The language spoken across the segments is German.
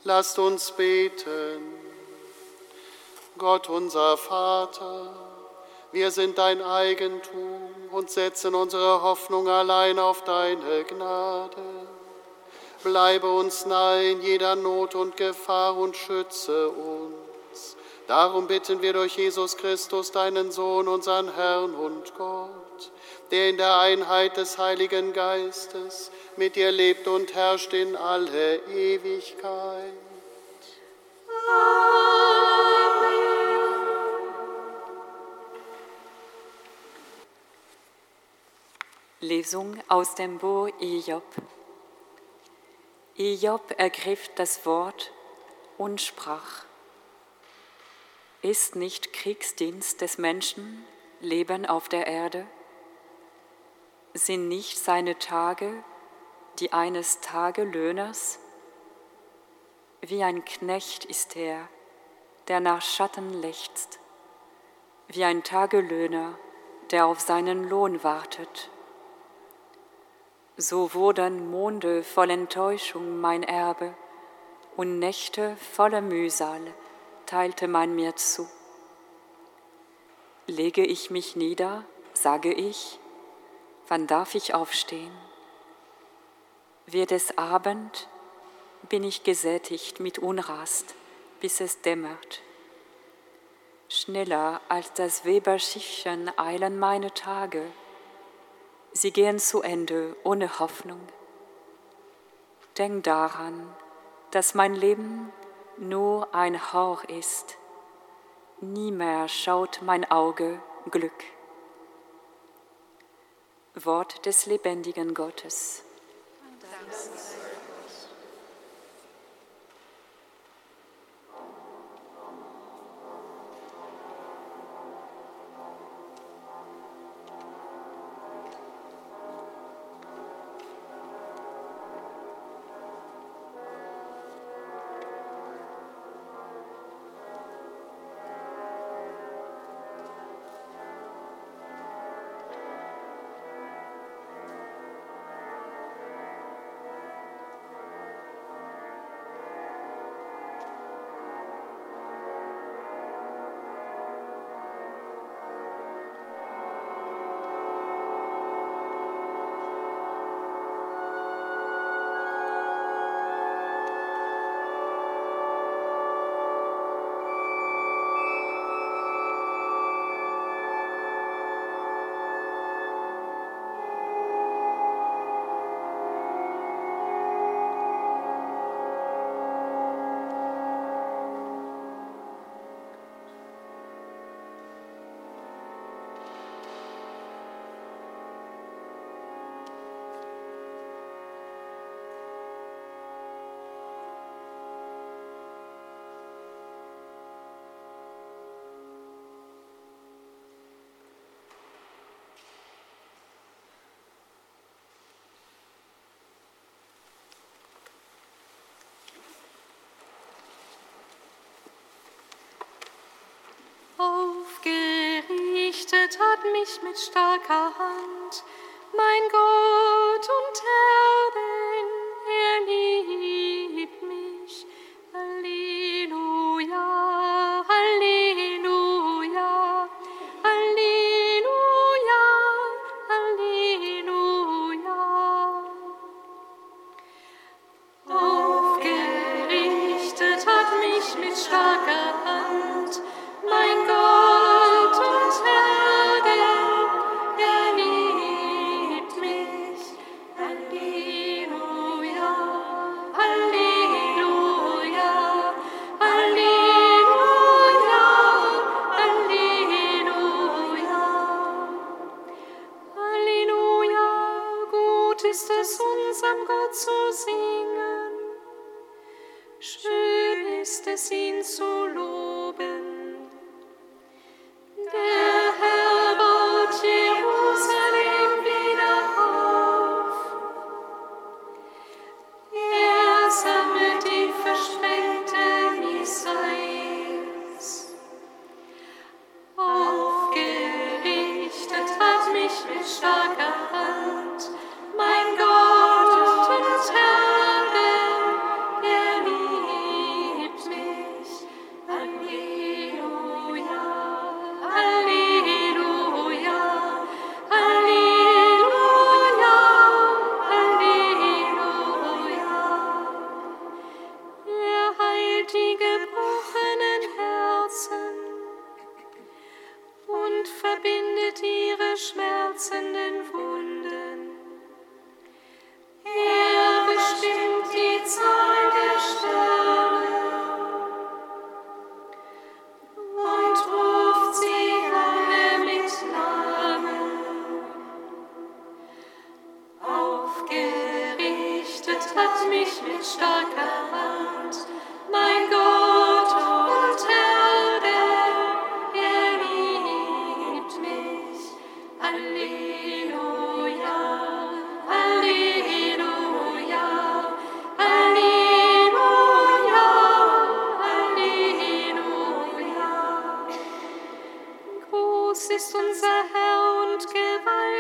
Lasst uns beten. Gott, unser Vater, wir sind dein Eigentum und setzen unsere Hoffnung allein auf deine Gnade. Bleibe uns nahe in jeder Not und Gefahr und schütze uns. Darum bitten wir durch Jesus Christus, deinen Sohn, unseren Herrn und Gott, der in der Einheit des Heiligen Geistes mit dir lebt und herrscht in alle Ewigkeit. Amen. Lesung aus dem Buch Hiob. Hiob ergriff das Wort und sprach: Ist nicht Kriegsdienst des Menschen Leben auf der Erde? Sind nicht seine Tage die eines Tagelöhners? Wie ein Knecht ist er, der nach Schatten lechzt, wie ein Tagelöhner, der auf seinen Lohn wartet. So wurden Monde voll Enttäuschung mein Erbe, und Nächte voller Mühsal teilte man mir zu. Lege ich mich nieder, sage ich, wann darf ich aufstehen? Wird es Abend, bin ich gesättigt mit Unrast, bis es dämmert. Schneller als das Weberschiffchen eilen meine Tage, sie gehen zu Ende ohne Hoffnung. Denk daran, dass mein Leben nur ein Hauch ist. Nie mehr schaut mein Auge Glück. Wort des lebendigen Gottes. Aufgerichtet hat mich mit starker Hand mein Gott und Herr, denn er liebt mich. Halleluja, Halleluja, Halleluja, Halleluja. Aufgerichtet hat mich mit starker Hand mein Gott und Herr, denn er liebt mich. Halleluja, Halleluja, Halleluja, Halleluja. Halleluja, gut ist es, unserem Gott zu singen. Schön ist es, ihn zu loben. Der Herr baut Jerusalem wieder auf. Er sammelt die Versprengten Israels. Aufgerichtet hat mich mit starker Hand mein Gott und Herr, denn er liebt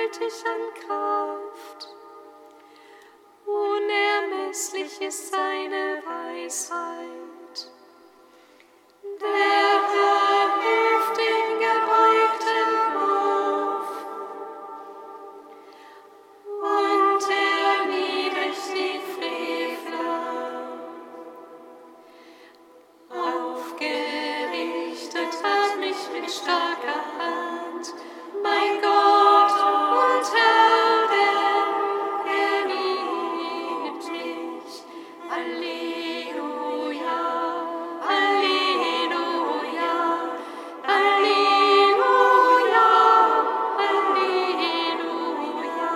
gewaltig an Kraft. Unermesslich ist seine Weisheit. Der Herr hilft den Gebeugten auf und erniedrigt die Frevler. Aufgerichtet hat mich mit starker Hand, mein Gott und Herr, denn er liebt mich. Halleluja, Halleluja, Halleluja, Halleluja.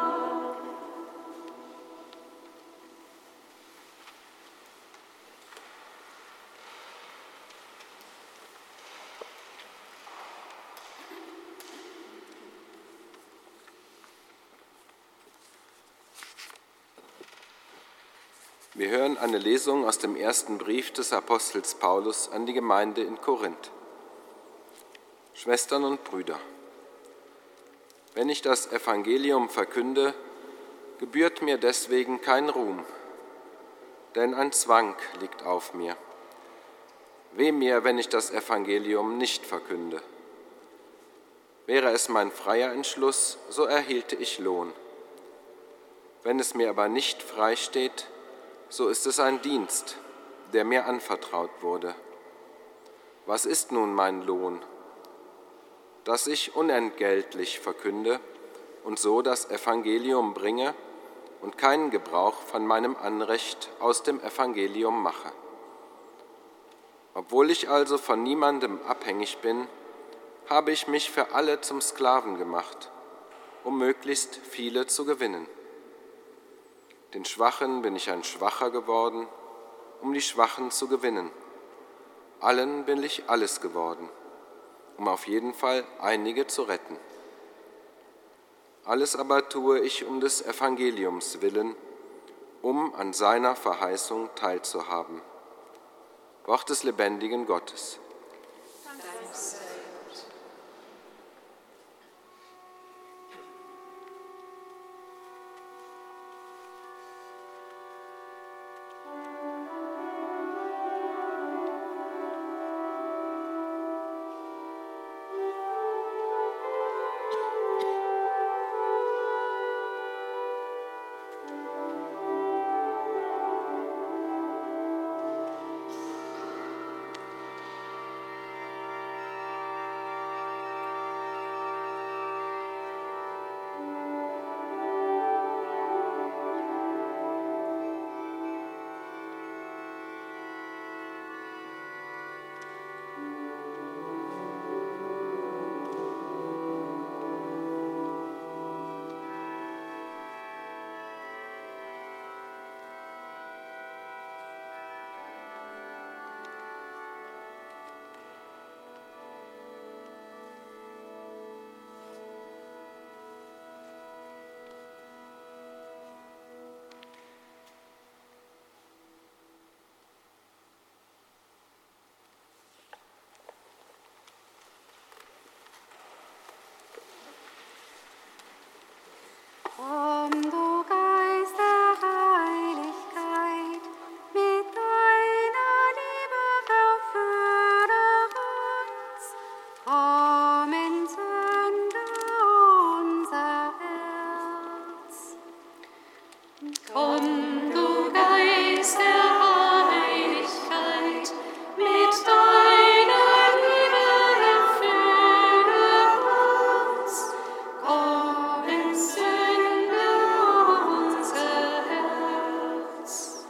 Wir hören eine Lesung aus dem ersten Brief des Apostels Paulus an die Gemeinde in Korinth. Schwestern und Brüder, wenn ich das Evangelium verkünde, gebührt mir deswegen kein Ruhm, denn ein Zwang liegt auf mir. Weh mir, wenn ich das Evangelium nicht verkünde. Wäre es mein freier Entschluss, so erhielte ich Lohn. Wenn es mir aber nicht frei steht, so ist es ein Dienst, der mir anvertraut wurde. Was ist nun mein Lohn? Dass ich unentgeltlich verkünde und so das Evangelium bringe und keinen Gebrauch von meinem Anrecht aus dem Evangelium mache. Obwohl ich also von niemandem abhängig bin, habe ich mich für alle zum Sklaven gemacht, um möglichst viele zu gewinnen. Den Schwachen bin ich ein Schwacher geworden, um die Schwachen zu gewinnen. Allen bin ich alles geworden, um auf jeden Fall einige zu retten. Alles aber tue ich um des Evangeliums willen, um an seiner Verheißung teilzuhaben. Wort des lebendigen Gottes. Komm, du Geist der Heiligkeit, mit deiner Liebe erfülle uns. Komm, entzünde unser Herz. Komm, du Geist der Heiligkeit, mit deiner Liebe erfülle uns. Komm, entzünde unser Herz.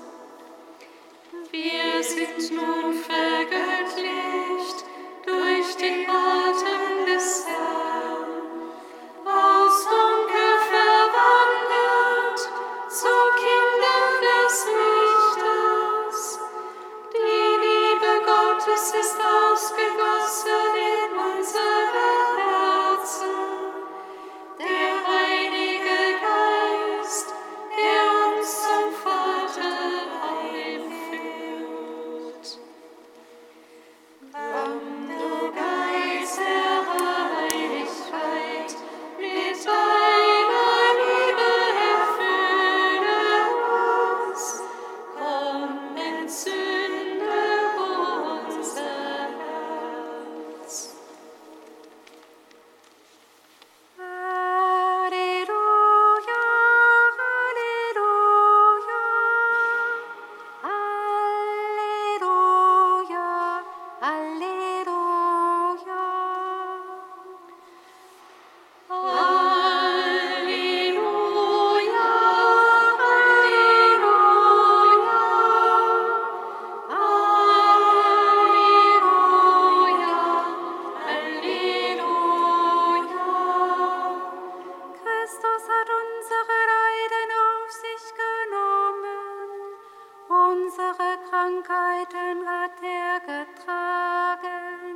Wir sind nun vergöttlicht durch den Atem des Herrn, aus Dunkel verwandelt zu Kindern des Lichtes. Die Liebe Gottes ist ausgegossen in unsere Herzen. Der Heilige Geist, der uns zum Vater einführt. Dank Leiden hat er getragen.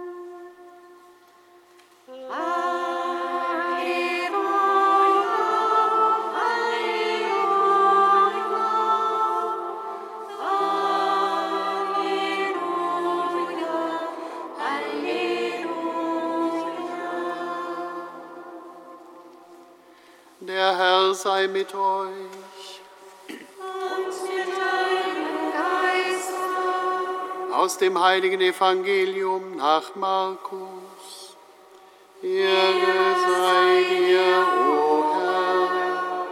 Der Herr sei mit euch. Und mit deinem Geiste. Aus dem heiligen Evangelium nach Markus. Ehre sei dir, o Herr.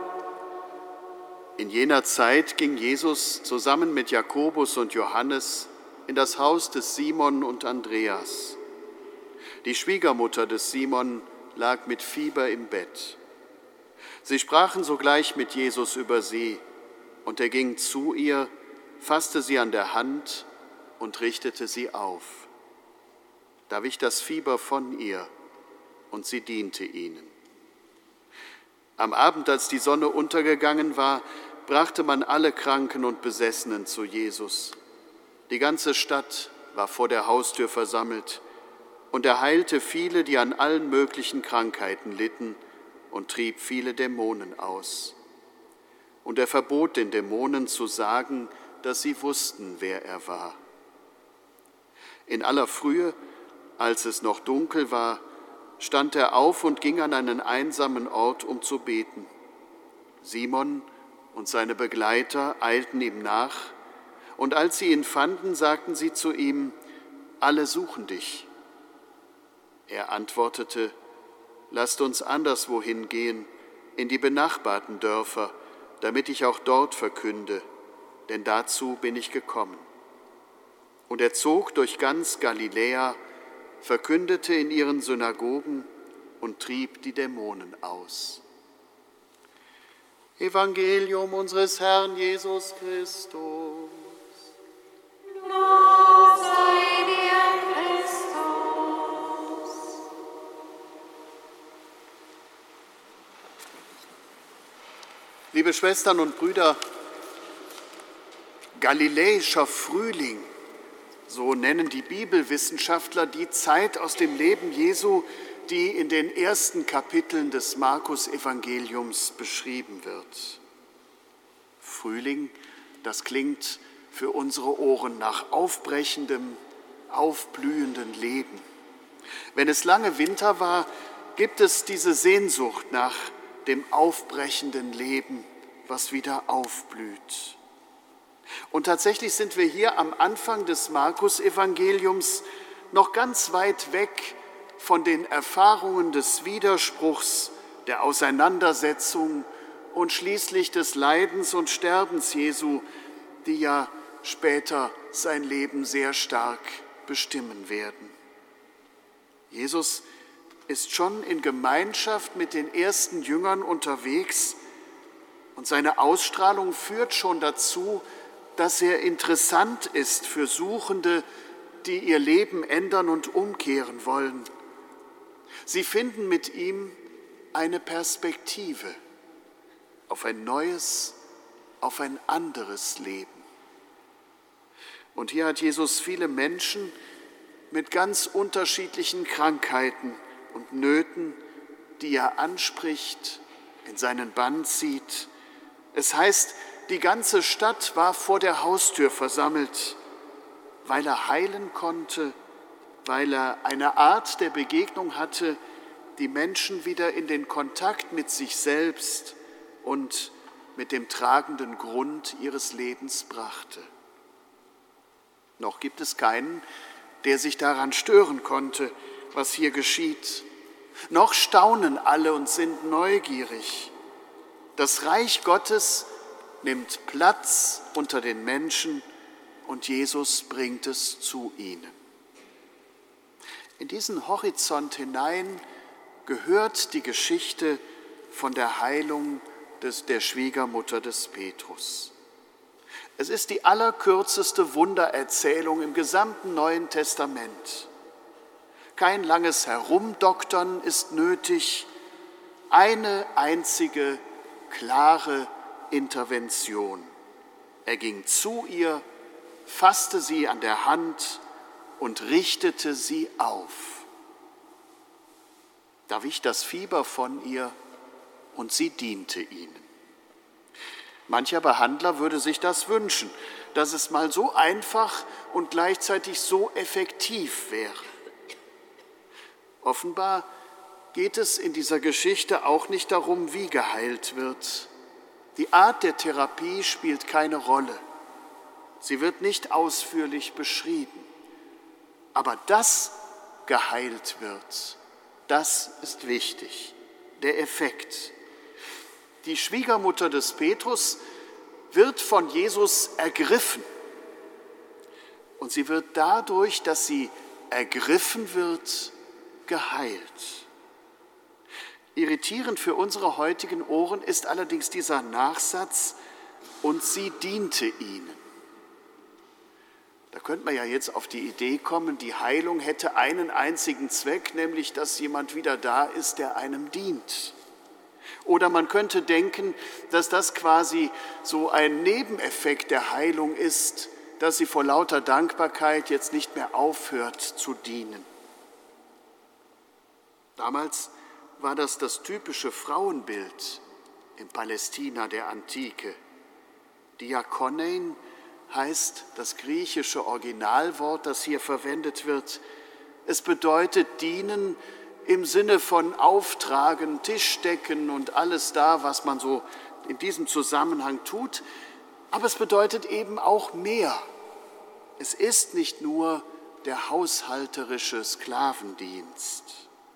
In jener Zeit ging Jesus zusammen mit Jakobus und Johannes in das Haus des Simon und Andreas. Die Schwiegermutter des Simon lag mit Fieber im Bett. Sie sprachen sogleich mit Jesus über sie, und er ging zu ihr, fasste sie an der Hand und richtete sie auf. Da wich das Fieber von ihr, und sie diente ihnen. Am Abend, als die Sonne untergegangen war, brachte man alle Kranken und Besessenen zu Jesus. Die ganze Stadt war vor der Haustür versammelt, und er heilte viele, die an allen möglichen Krankheiten litten, und trieb viele Dämonen aus. Und er verbot den Dämonen zu sagen, dass sie wussten, wer er war. In aller Frühe, als es noch dunkel war, stand er auf und ging an einen einsamen Ort, um zu beten. Simon und seine Begleiter eilten ihm nach, und als sie ihn fanden, sagten sie zu ihm: Alle suchen dich. Er antwortete: Lasst uns anderswohin gehen, in die benachbarten Dörfer, damit ich auch dort verkünde, denn dazu bin ich gekommen. Und er zog durch ganz Galiläa, verkündete in ihren Synagogen und trieb die Dämonen aus. Evangelium unseres Herrn Jesus Christus. Lob sei dir, Christus. Liebe Schwestern und Brüder, Galiläischer Frühling, so nennen die Bibelwissenschaftler die Zeit aus dem Leben Jesu, die in den ersten Kapiteln des Markus-Evangeliums beschrieben wird. Frühling, das klingt für unsere Ohren nach aufbrechendem, aufblühenden Leben. Wenn es lange Winter war, gibt es diese Sehnsucht nach dem aufbrechenden Leben, was wieder aufblüht. Und tatsächlich sind wir hier am Anfang des Markus-Evangeliums noch ganz weit weg von den Erfahrungen des Widerspruchs, der Auseinandersetzung und schließlich des Leidens und Sterbens Jesu, die ja später sein Leben sehr stark bestimmen werden. Jesus ist schon in Gemeinschaft mit den ersten Jüngern unterwegs und seine Ausstrahlung führt schon dazu, dass er interessant ist für Suchende, die ihr Leben ändern und umkehren wollen. Sie finden mit ihm eine Perspektive auf ein neues, auf ein anderes Leben. Und hier hat Jesus viele Menschen mit ganz unterschiedlichen Krankheiten und Nöten, die er anspricht, in seinen Bann zieht. Es heißt, die ganze Stadt war vor der Haustür versammelt, weil er heilen konnte, weil er eine Art der Begegnung hatte, die Menschen wieder in den Kontakt mit sich selbst und mit dem tragenden Grund ihres Lebens brachte. Noch gibt es keinen, der sich daran stören konnte, was hier geschieht. Noch staunen alle und sind neugierig. Das Reich Gottes nimmt Platz unter den Menschen und Jesus bringt es zu ihnen. In diesen Horizont hinein gehört die Geschichte von der Heilung der Schwiegermutter des Petrus. Es ist die allerkürzeste Wundererzählung im gesamten Neuen Testament. Kein langes Herumdoktern ist nötig, eine einzige, klare Intervention. Er ging zu ihr, fasste sie an der Hand und richtete sie auf. Da wich das Fieber von ihr und sie diente ihnen. Mancher Behandler würde sich das wünschen, dass es mal so einfach und gleichzeitig so effektiv wäre. Offenbar geht es in dieser Geschichte auch nicht darum, wie geheilt wird. Die Art der Therapie spielt keine Rolle. Sie wird nicht ausführlich beschrieben. Aber dass geheilt wird, das ist wichtig, der Effekt. Die Schwiegermutter des Petrus wird von Jesus ergriffen. Und sie wird dadurch, dass sie ergriffen wird, geheilt. Irritierend für unsere heutigen Ohren ist allerdings dieser Nachsatz, und sie diente ihnen. Da könnte man ja jetzt auf die Idee kommen, die Heilung hätte einen einzigen Zweck, nämlich dass jemand wieder da ist, der einem dient. Oder man könnte denken, dass das quasi so ein Nebeneffekt der Heilung ist, dass sie vor lauter Dankbarkeit jetzt nicht mehr aufhört zu dienen. Damals war das typische Frauenbild in Palästina der Antike. Diakonein heißt das griechische Originalwort, das hier verwendet wird. Es bedeutet dienen im Sinne von auftragen, Tisch decken und alles da, was man so in diesem Zusammenhang tut. Aber es bedeutet eben auch mehr. Es ist nicht nur der haushalterische Sklavendienst.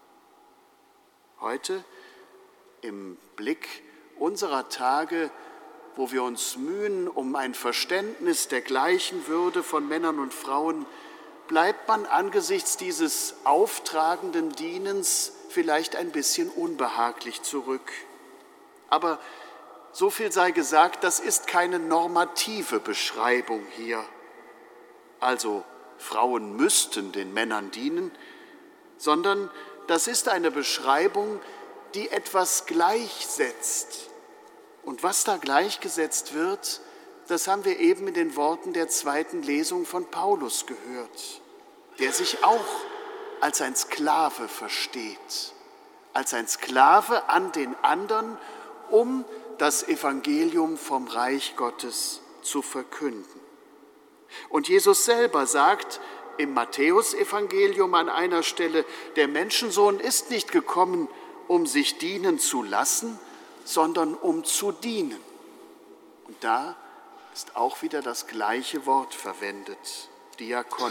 Heute, im Blick unserer Tage, wo wir uns mühen um ein Verständnis der gleichen Würde von Männern und Frauen, bleibt man angesichts dieses auftragenden Dienens vielleicht ein bisschen unbehaglich zurück. Aber so viel sei gesagt, das ist keine normative Beschreibung hier. Also Frauen müssten den Männern dienen, sondern das ist eine Beschreibung, die etwas gleichsetzt. Und was da gleichgesetzt wird, das haben wir eben in den Worten der zweiten Lesung von Paulus gehört, der sich auch als ein Sklave versteht, als ein Sklave an den anderen, um das Evangelium vom Reich Gottes zu verkünden. Und Jesus selber sagt im Matthäusevangelium an einer Stelle, der Menschensohn ist nicht gekommen, um sich dienen zu lassen, sondern um zu dienen. Und da ist auch wieder das gleiche Wort verwendet, Diakone.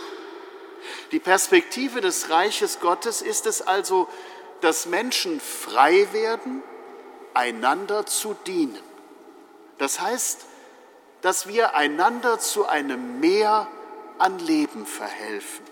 Die Perspektive des Reiches Gottes ist es also, dass Menschen frei werden, einander zu dienen. Das heißt, dass wir einander zu einem Mehr an Leben verhelfen.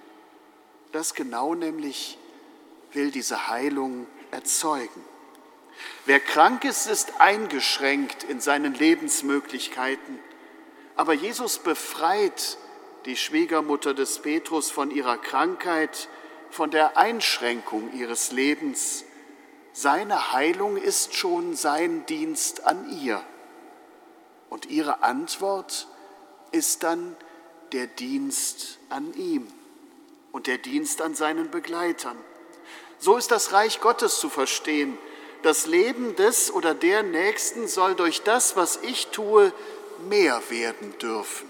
Das genau nämlich will diese Heilung erzeugen. Wer krank ist, ist eingeschränkt in seinen Lebensmöglichkeiten. Aber Jesus befreit die Schwiegermutter des Petrus von ihrer Krankheit, von der Einschränkung ihres Lebens. Seine Heilung ist schon sein Dienst an ihr. Und ihre Antwort ist dann der Dienst an ihm und der Dienst an seinen Begleitern. So ist das Reich Gottes zu verstehen. Das Leben des oder der Nächsten soll durch das, was ich tue, mehr werden dürfen.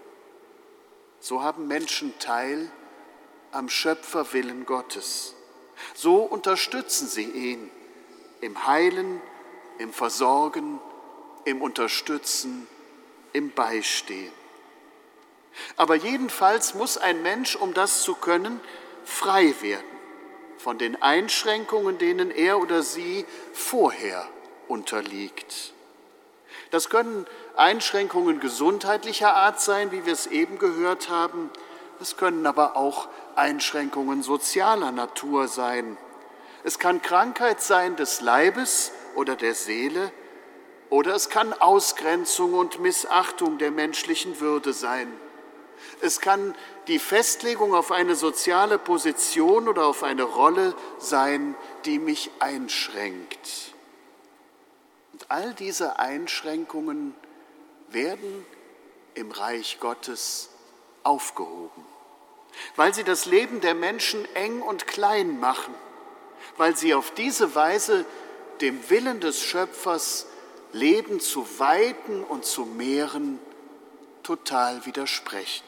So haben Menschen Teil am Schöpferwillen Gottes. So unterstützen sie ihn im Heilen, im Versorgen, im Unterstützen, im Beistehen. Aber jedenfalls muss ein Mensch, um das zu können, frei werden von den Einschränkungen, denen er oder sie vorher unterliegt. Das können Einschränkungen gesundheitlicher Art sein, wie wir es eben gehört haben. Es können aber auch Einschränkungen sozialer Natur sein. Es kann Krankheit sein des Leibes oder der Seele, oder es kann Ausgrenzung und Missachtung der menschlichen Würde sein. Es kann die Festlegung auf eine soziale Position oder auf eine Rolle sein, die mich einschränkt. Und all diese Einschränkungen werden im Reich Gottes aufgehoben, weil sie das Leben der Menschen eng und klein machen, weil sie auf diese Weise dem Willen des Schöpfers, Leben zu weiten und zu mehren, total widersprechen.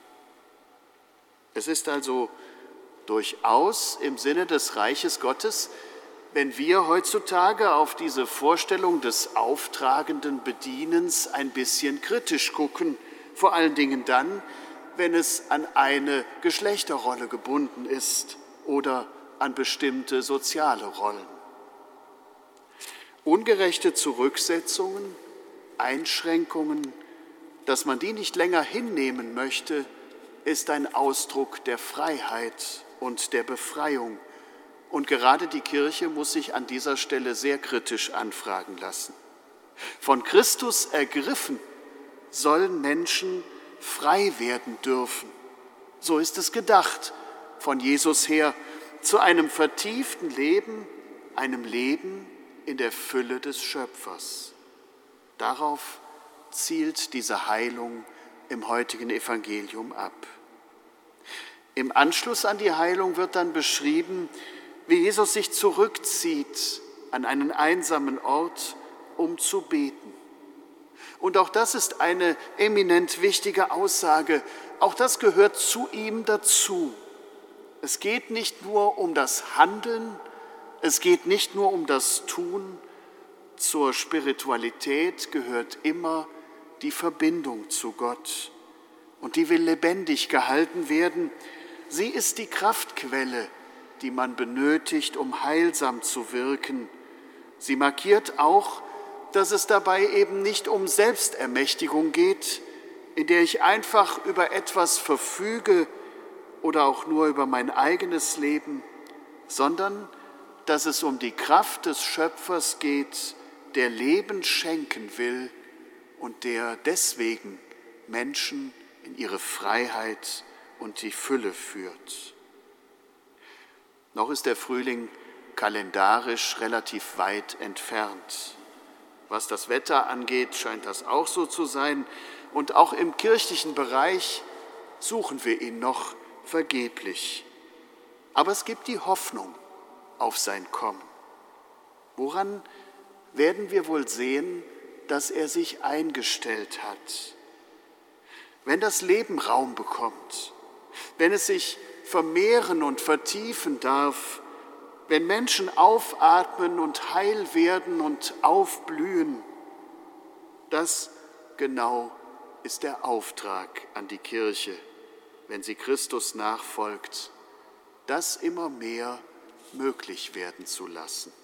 Es ist also durchaus im Sinne des Reiches Gottes, wenn wir heutzutage auf diese Vorstellung des auftragenden Bedienens ein bisschen kritisch gucken, vor allen Dingen dann, wenn es an eine Geschlechterrolle gebunden ist oder an bestimmte soziale Rollen. Ungerechte Zurücksetzungen, Einschränkungen, dass man die nicht länger hinnehmen möchte, ist ein Ausdruck der Freiheit und der Befreiung. Und gerade die Kirche muss sich an dieser Stelle sehr kritisch anfragen lassen. Von Christus ergriffen sollen Menschen frei werden dürfen. So ist es gedacht von Jesus her, zu einem vertieften Leben, einem Leben in der Fülle des Schöpfers. Darauf zielt diese Heilung im heutigen Evangelium ab. Im Anschluss an die Heilung wird dann beschrieben, wie Jesus sich zurückzieht an einen einsamen Ort, um zu beten. Und auch das ist eine eminent wichtige Aussage. Auch das gehört zu ihm dazu. Es geht nicht nur um das Handeln, es geht nicht nur um das Tun. Zur Spiritualität gehört immer die Verbindung zu Gott. Und die will lebendig gehalten werden. Sie ist die Kraftquelle, die man benötigt, um heilsam zu wirken. Sie markiert auch, dass es dabei eben nicht um Selbstermächtigung geht, in der ich einfach über etwas verfüge oder auch nur über mein eigenes Leben, sondern dass es um die Kraft des Schöpfers geht, der Leben schenken will und der deswegen Menschen in ihre Freiheit und die Fülle führt. Noch ist der Frühling kalendarisch relativ weit entfernt. Was das Wetter angeht, scheint das auch so zu sein. Und auch im kirchlichen Bereich suchen wir ihn noch vergeblich. Aber es gibt die Hoffnung auf sein Kommen. Woran werden wir wohl sehen, dass er sich eingestellt hat? Wenn das Leben Raum bekommt, wenn es sich vermehren und vertiefen darf, wenn Menschen aufatmen und heil werden und aufblühen, das genau ist der Auftrag an die Kirche, wenn sie Christus nachfolgt, das immer mehr möglich werden zu lassen.